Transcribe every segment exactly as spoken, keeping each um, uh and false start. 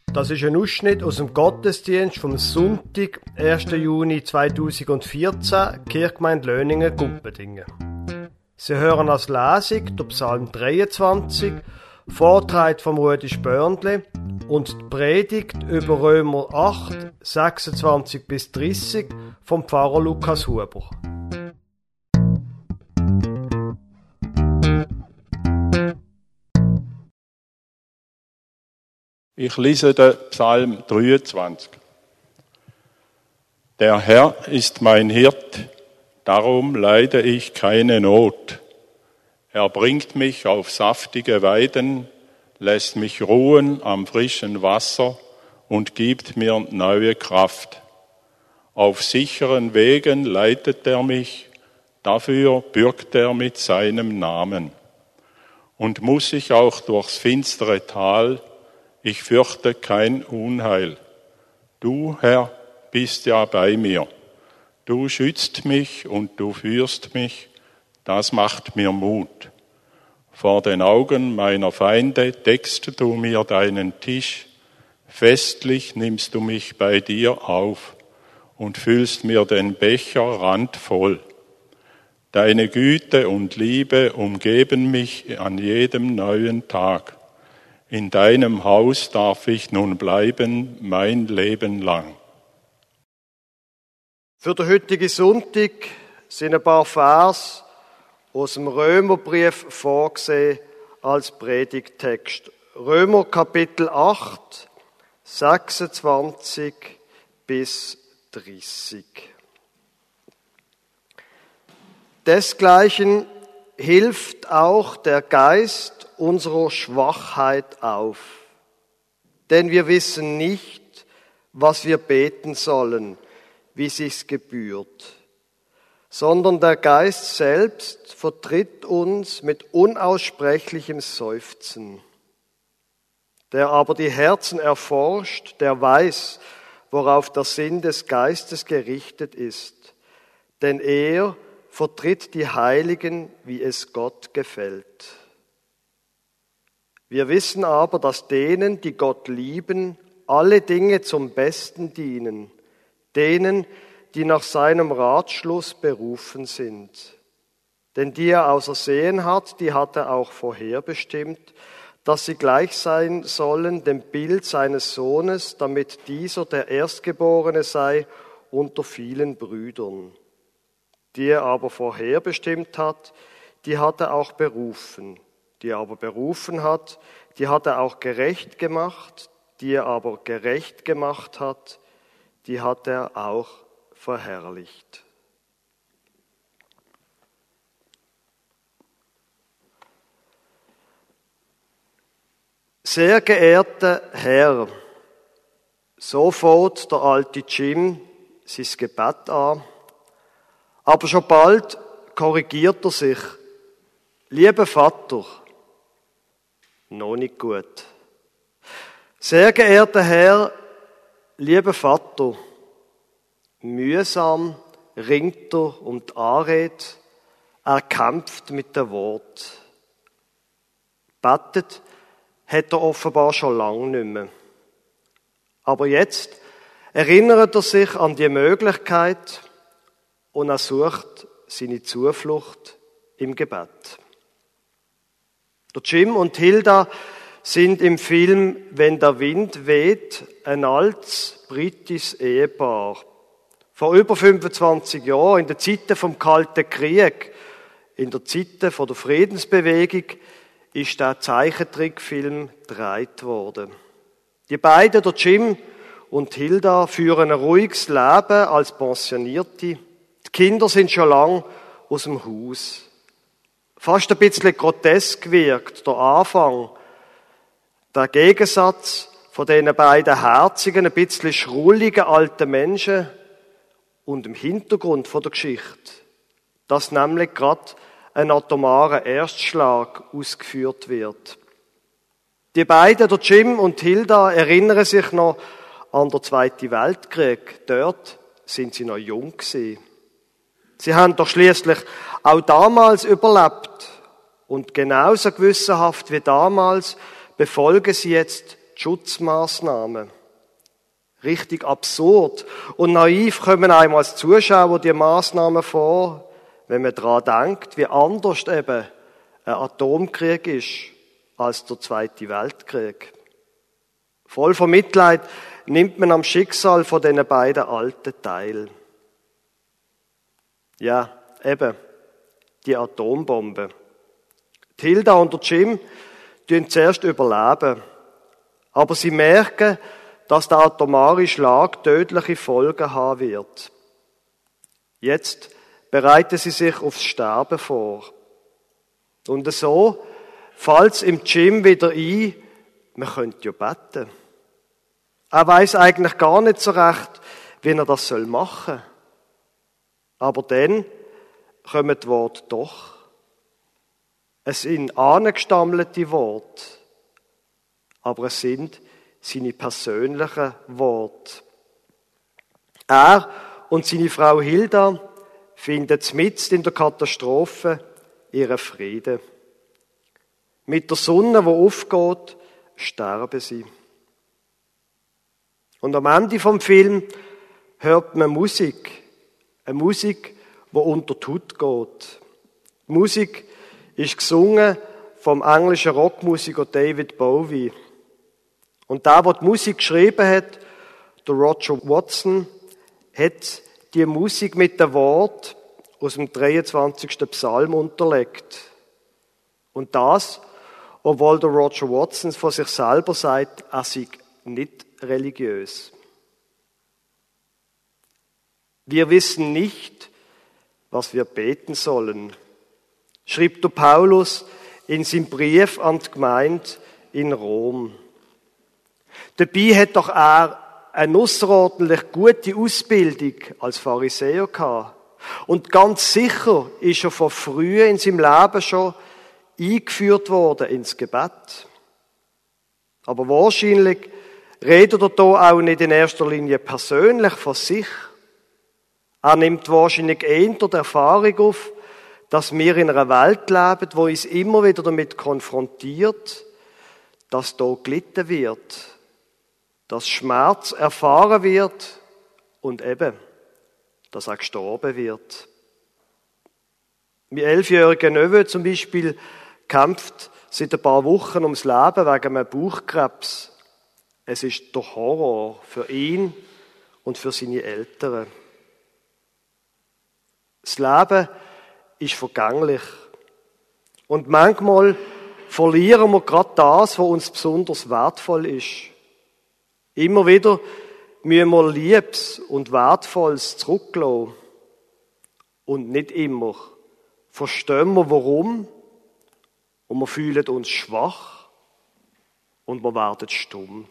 Das ist ein Ausschnitt aus dem Gottesdienst vom Sonntag, ersten Juni zweitausendvierzehn, Kirchgemeinde Löningen, Gumpendingen. Sie hören als Lesung den Psalm dreiundzwanzig, Vortrag vom Rudi Spörndli und die Predigt über Römer acht, sechsundzwanzig bis dreißig vom Pfarrer Lukas Huber. Ich lese den Psalm dreiundzwanzig. Der Herr ist mein Hirt, darum leide ich keine Not. Er bringt mich auf saftige Weiden, lässt mich ruhen am frischen Wasser und gibt mir neue Kraft. Auf sicheren Wegen leitet er mich, dafür bürgt er mit seinem Namen. Und muss ich auch durchs finstere Tal, ich fürchte kein Unheil. Du, Herr, bist ja bei mir. Du schützt mich und du führst mich, das macht mir Mut. Vor den Augen meiner Feinde deckst du mir deinen Tisch, festlich nimmst du mich bei dir auf und füllst mir den Becher randvoll. Deine Güte und Liebe umgeben mich an jedem neuen Tag. In deinem Haus darf ich nun bleiben, mein Leben lang. Für den heutigen Sonntag sind ein paar Vers aus dem Römerbrief vorgesehen als Predigttext. Römer Kapitel acht, sechsundzwanzig bis dreißig. Desgleichen hilft auch der Geist unserer Schwachheit auf. Denn wir wissen nicht, was wir beten sollen, wie sich's gebührt, sondern der Geist selbst vertritt uns mit unaussprechlichem Seufzen. Der aber die Herzen erforscht, der weiß, worauf der Sinn des Geistes gerichtet ist, denn er vertritt die Heiligen, wie es Gott gefällt. Wir wissen aber, dass denen, die Gott lieben, alle Dinge zum Besten dienen, denen, die nach seinem Ratschluss berufen sind. Denn die er ausersehen hat, die hat er auch vorherbestimmt, dass sie gleich sein sollen dem Bild seines Sohnes, damit dieser der Erstgeborene sei unter vielen Brüdern. Die er aber vorherbestimmt hat, die hat er auch berufen. Die er aber berufen hat, die hat er auch gerecht gemacht. Die er aber gerecht gemacht hat, die hat er auch verherrlicht. Sehr geehrter Herr, so fängt der alte Jim sein Gebet an, aber schon bald korrigiert er sich. Lieber Vater, noch nicht gut. Sehr geehrter Herr, lieber Vater, mühsam ringt er um die Anrede, er kämpft mit dem Wort. Betet hat er offenbar schon lange nicht mehr. Aber jetzt erinnert er sich an die Möglichkeit und er sucht seine Zuflucht im Gebet. Der Jim und Hilda sind im Film Wenn der Wind weht ein altes britisches Ehepaar. Vor über fünfundzwanzig Jahren, in den Zeiten vom Kalten Krieg, in der Zeiten von der Friedensbewegung, ist der Zeichentrickfilm gedreht worden. Die beiden, der Jim und Hilda, führen ein ruhiges Leben als Pensionierte. Die Kinder sind schon lang aus dem Haus. Fast ein bisschen grotesk wirkt der Anfang, der Gegensatz von diesen beiden herzigen, ein bisschen schrulligen alten Menschen und im Hintergrund von der Geschichte, dass nämlich gerade ein atomarer Erstschlag ausgeführt wird. Die beiden, der Jim und Hilda, erinnern sich noch an den Zweiten Weltkrieg. Dort sind sie noch jung gewesen. Sie haben doch schließlich auch damals überlebt und genauso gewissenhaft wie damals befolgen sie jetzt die die Schutzmaßnahmen. Richtig absurd und naiv kommen einem als Zuschauer die Maßnahmen vor, wenn man daran denkt, wie anders eben ein Atomkrieg ist als der Zweite Weltkrieg. Voll von Mitleid nimmt man am Schicksal von diesen beiden Alten teil. Ja, eben, die Atombombe. Die Hilda und der Jim tun zuerst überleben, aber sie merken, dass der atomare Schlag tödliche Folgen haben wird. Jetzt bereiten sie sich aufs Sterben vor. Und so fällt es im Jim wieder ein, man könnte ja beten. Er weiß eigentlich gar nicht so recht, wie er das machen soll. Aber dann kommen die Worte doch. Es sind angestammelte Worte, aber es sind seine persönlichen Worte. Er und seine Frau Hilda finden mitten in der Katastrophe ihren Frieden. Mit der Sonne, die aufgeht, sterben sie. Und am Ende vom Film hört man Musik. Eine Musik, die unter die Haut geht. Die Musik ist gesungen vom englischen Rockmusiker David Bowie. Und der, der die Musik geschrieben hat, der Roger Watson, hat die Musik mit dem Wort aus dem dreiundzwanzigsten Psalm unterlegt. Und das, obwohl der Roger Watson von sich selber sagt, er sei nicht religiös. Wir wissen nicht, was wir beten sollen, schrieb der Paulus in seinem Brief an die Gemeinde in Rom. Dabei hat doch er eine außerordentlich gute Ausbildung als Pharisäer gehabt. Und ganz sicher ist er von früh in seinem Leben schon eingeführt worden ins Gebet. Aber wahrscheinlich redet er da auch nicht in erster Linie persönlich von sich. Er nimmt wahrscheinlich eher die Erfahrung auf, dass wir in einer Welt leben, wo uns immer wieder damit konfrontiert, dass da gelitten wird, dass Schmerz erfahren wird und eben, dass er gestorben wird. Mein elfjähriger Neffe zum Beispiel kämpft seit ein paar Wochen ums Leben wegen einem Bauchkrebs. Es ist der Horror für ihn und für seine Eltern. Das Leben ist vergänglich. Und manchmal verlieren wir gerade das, was uns besonders wertvoll ist. Immer wieder müssen wir Liebes und Wertvolles zurücklassen. Und nicht immer verstehen wir, warum. Und wir fühlen uns schwach. Und wir werden stumm.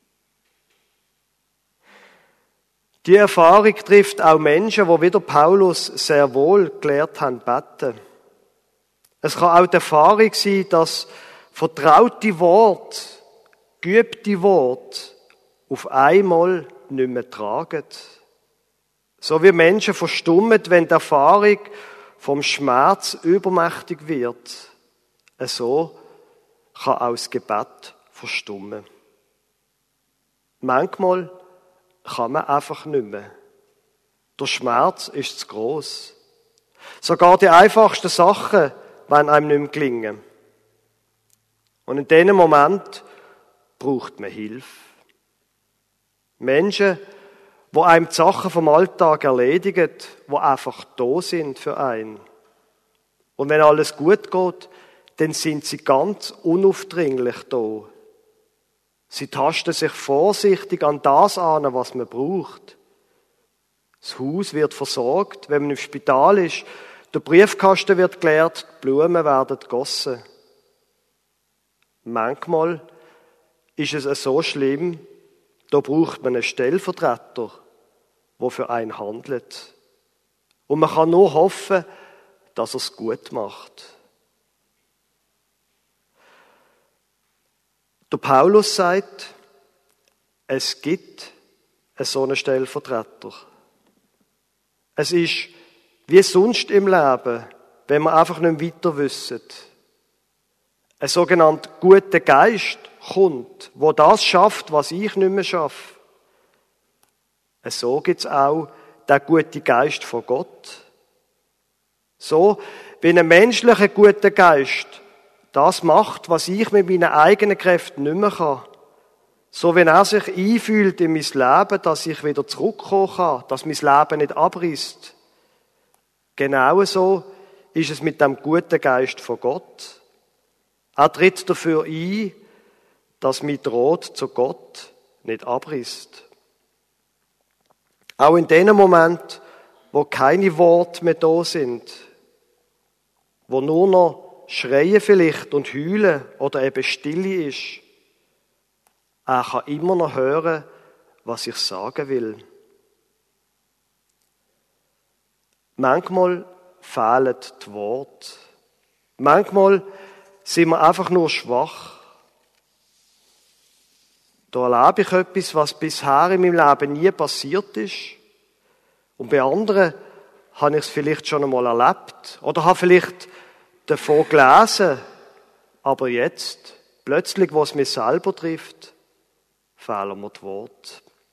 Die Erfahrung trifft auch Menschen, die wie der Paulus sehr wohl gelehrt haben, beten. Es kann auch die Erfahrung sein, dass vertraute Worte, geübte Worte auf einmal nicht mehr tragen. So wie Menschen verstummen, wenn die Erfahrung vom Schmerz übermächtig wird. So kann auch das Gebet verstummen. Manchmal kann man einfach nicht mehr. Der Schmerz ist zu gross. Sogar die einfachsten Sachen wollen einem nicht mehr gelingen. Und in diesem Moment braucht man Hilfe. Menschen, die einem die Sachen vom Alltag erledigen, die einfach da sind für einen. Und wenn alles gut geht, dann sind sie ganz unaufdringlich da. Sie tasten sich vorsichtig an das an, was man braucht. Das Haus wird versorgt, wenn man im Spital ist. Der Briefkasten wird geleert, die Blumen werden gegossen. Manchmal ist es so schlimm, da braucht man einen Stellvertreter, der für einen handelt. Und man kann nur hoffen, dass er es gut macht. Der Paulus sagt, es gibt so einen Stellvertreter. Es ist wie sonst im Leben, wenn wir einfach nicht weiter wissen. Ein sogenannter guter Geist kommt, wo das schafft, was ich nicht mehr schaffe. So gibt es auch den guten Geist von Gott. So, wie ein menschlicher guter Geist das macht, was ich mit meinen eigenen Kräften nicht mehr kann. So, wenn er sich einfühlt in mein Leben, dass ich wieder zurückkommen kann, dass mein Leben nicht abreißt. Genau so ist es mit dem guten Geist von Gott. Er tritt dafür ein, dass mein Draht zu Gott nicht abreißt. Auch in dem Moment, wo keine Worte mehr da sind, wo nur noch Schreien vielleicht und Heulen oder eben Stille ist, er kann immer noch hören, was ich sagen will. Manchmal fehlen die Worte. Manchmal sind wir einfach nur schwach. Da erlebe ich etwas, was bisher in meinem Leben nie passiert ist. Und bei anderen habe ich es vielleicht schon einmal erlebt. Oder habe vielleicht davon gelesen. Aber jetzt, plötzlich, wo es mich selber trifft, fehlen mir die Worte.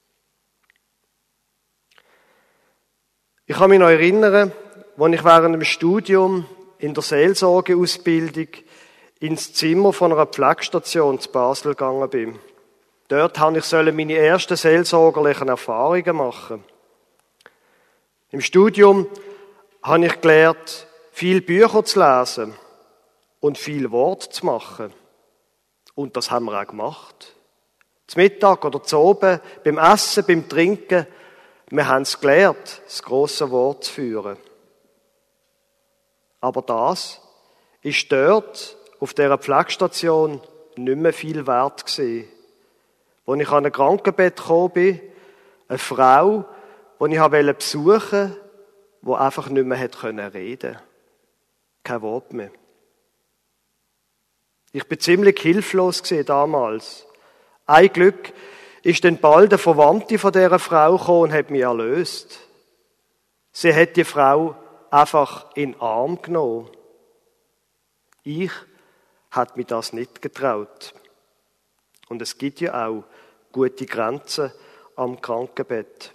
Ich kann mich noch erinnern, als ich während dem Studium in der Seelsorgeausbildung ins Zimmer von einer Pflegestation zu Basel gegangen bin. Dort habe ich meine ersten seelsorgerlichen Erfahrungen machen. Im Studium habe ich gelernt, viele Bücher zu lesen und viel Wort zu machen. Und das haben wir auch gemacht. Zum Mittag oder zu oben, beim Essen, beim Trinken, wir haben es gelernt, das grosse Wort zu führen. Aber das ist dort, auf dieser Pflegestation, nicht mehr viel wert gewesen. Als ich an ein Krankenbett gekommen bin, eine Frau, die ich besuchen wollte, die einfach nicht mehr reden konnte. Kein Wort mehr. Ich war ziemlich hilflos damals. Ein Glück ist dann bald eine Verwandte von dieser Frau gekommen und hat mich erlöst. Sie hat die Frau einfach in den Arm genommen. Ich hat mich das nicht getraut. Und es gibt ja auch gute Grenzen am Krankenbett.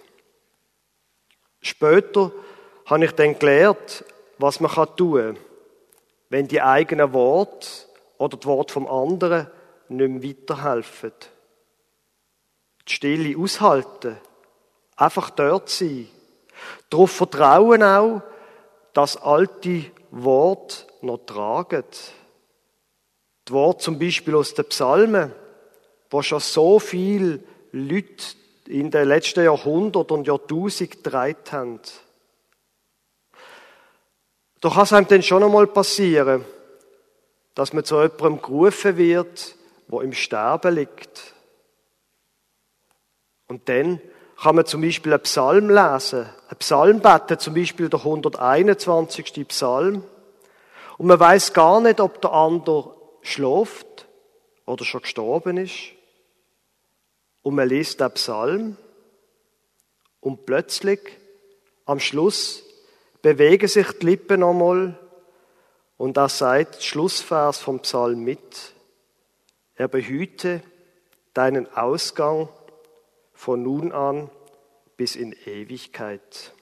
Später habe ich dann gelernt, was man tun kann, wenn die eigenen Worte oder die Worte vom anderen nicht mehr weiterhelfen. Die Stille aushalten, einfach dort sein, darauf vertrauen auch, dass alte Worte noch tragen. Die Worte zum Beispiel aus den Psalmen, wo schon so viele Leute in den letzten Jahrhunderten und Jahrtausenden getragen haben. Da kann es einem dann schon einmal passieren, dass man zu jemandem gerufen wird, der im Sterben liegt. Und dann kann man zum Beispiel einen Psalm lesen, einen Psalm beten, zum Beispiel der hunderteinundzwanzigste Psalm. Und man weiß gar nicht, ob der andere schläft oder schon gestorben ist. Und man liest den Psalm und plötzlich, am Schluss, bewegen sich die Lippen nochmal und er sagt, der Schlussvers vom Psalm mit. Er behüte deinen Ausgang von nun an bis in Ewigkeit.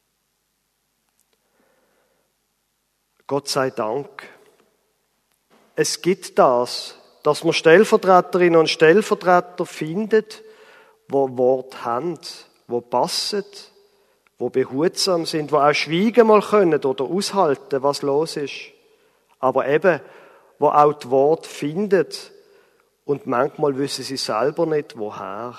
Gott sei Dank. Es gibt das, dass man Stellvertreterinnen und Stellvertreter findet, wo Wort haben, wo passen, wo behutsam sind, wo auch schweigen mal können oder aushalten, was los ist. Aber eben, wo auch die Wort findet und manchmal wissen sie selber nicht, woher.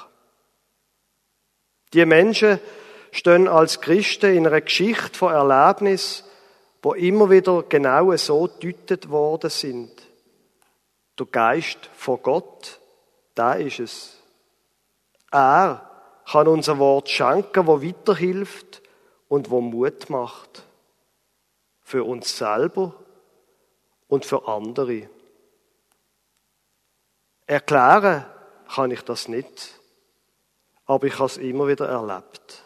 Die Menschen stehen als Christen in einer Geschichte von Erlebnissen, wo immer wieder genau so gedeutet worden sind. Der Geist von Gott, da ist es. Er kann uns ein Wort schenken, das weiterhilft und wo Mut macht. Für uns selber und für andere. Erklären kann ich das nicht, aber ich habe es immer wieder erlebt.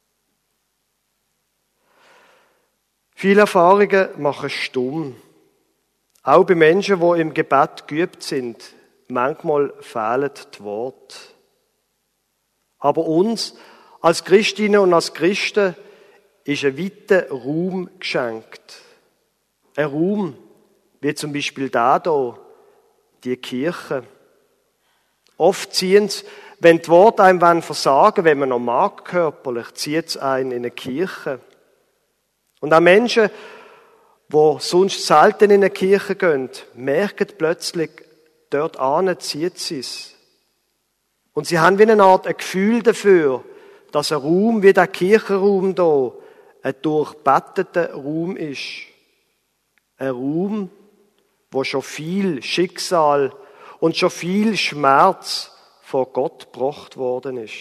Viele Erfahrungen machen stumm. Auch bei Menschen, die im Gebet geübt sind. manchmal fehlen die Worte. Aber uns als Christinnen und als Christen ist ein weiter Raum geschenkt. Ein Raum, wie zum Beispiel da hier, die Kirche. Oft ziehen es, wenn die Worte einem versagen, wenn man noch mag körperlich, zieht es einen in eine Kirche. Und auch Menschen, die sonst selten in eine Kirche gehen, merken plötzlich, dort ane zieht sie es. Und sie haben wie eine Art ein Gefühl dafür, dass ein Raum wie der Kirchenraum hier ein durchbetteter Raum ist. Ein Raum, wo schon viel Schicksal und schon viel Schmerz vor Gott gebracht worden ist.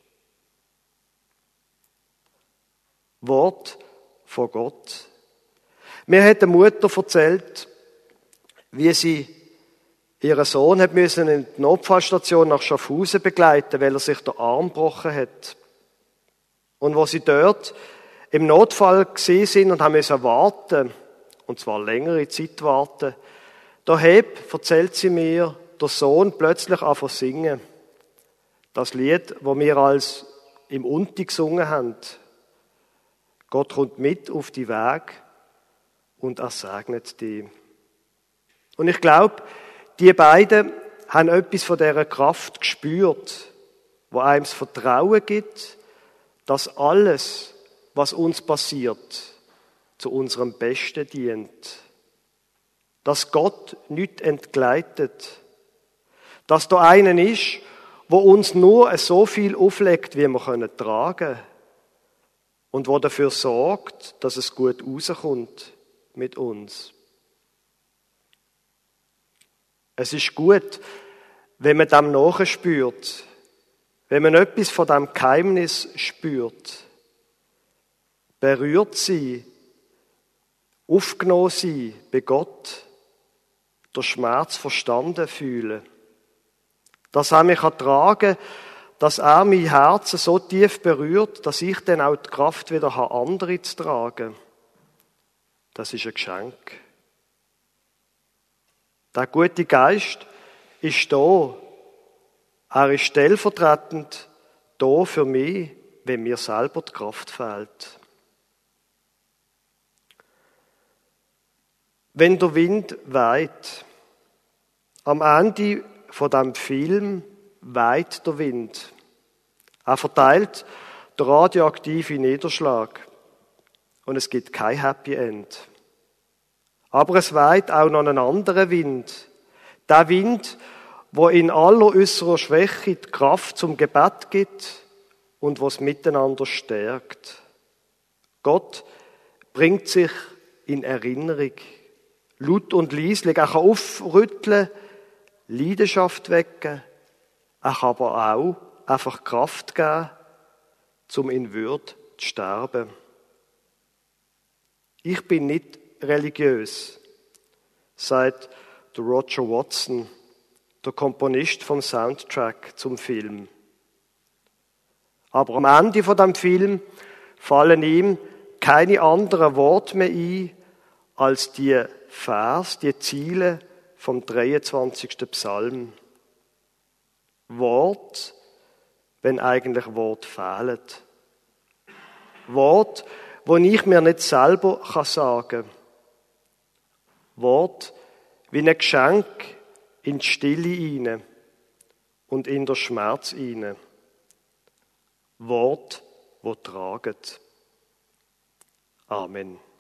Wort von Gott. Mir hat eine Mutter erzählt, wie sie ihren Sohn hat müssen in die Notfallstation nach Schaffhausen begleiten, weil er sich den Arm gebrochen hat. Und wo sie dort im Notfall gewesen sind und haben müssen warten, und zwar längere Zeit warten, da heb, erzählt sie mir, der Sohn plötzlich anfangen zu singen. Das Lied, das wir als im Unti gesungen haben. Gott kommt mit auf die Weg und er segnet die. Und ich glaube, die beiden haben etwas von dieser Kraft gespürt, wo einem das Vertrauen gibt, dass alles, was uns passiert, zu unserem Besten dient. Dass Gott nichts entgleitet. Dass da einen ist, wo uns nur so viel auflegt, wie wir tragen können. Und wo dafür sorgt, dass es gut rauskommt mit uns. Es ist gut, wenn man dem nachspürt, wenn man etwas von dem Geheimnis spürt, berührt sie, aufgenommen sie bei Gott, der Schmerz verstanden fühlen, dass er mich tragen kann, dass er mein Herz so tief berührt, dass ich dann auch die Kraft wieder habe, andere zu tragen. Das ist ein Geschenk. Der gute Geist ist da. Er ist stellvertretend da für mich, wenn mir selber die Kraft fehlt. Wenn der Wind weht, am Ende von dem Film weht der Wind. Er verteilt den radioaktiven Niederschlag. Und es gibt kein Happy End. Aber es weht auch noch einen anderen Wind. Der Wind, wo in aller unserer Schwäche die Kraft zum Gebet gibt und was miteinander stärkt. Gott bringt sich in Erinnerung. Laut und leislich. Er kann aufrütteln, Leidenschaft wecken. Er kann aber auch einfach Kraft geben, um in Würde zu sterben. Ich bin nicht religiös, sagt der Roger Watson, der Komponist vom Soundtrack zum Film. Aber am Ende von dem Film fallen ihm keine anderen Worte mehr ein, als die Vers, die Ziele vom dreiundzwanzigsten Psalm. Wort, wenn eigentlich Wort fehlen. Wort, wo ich mir nicht selber sagen kann. Wort wie ein Geschenk in die Stille hinein und in den Schmerz hinein. Wort, wo traget. Amen.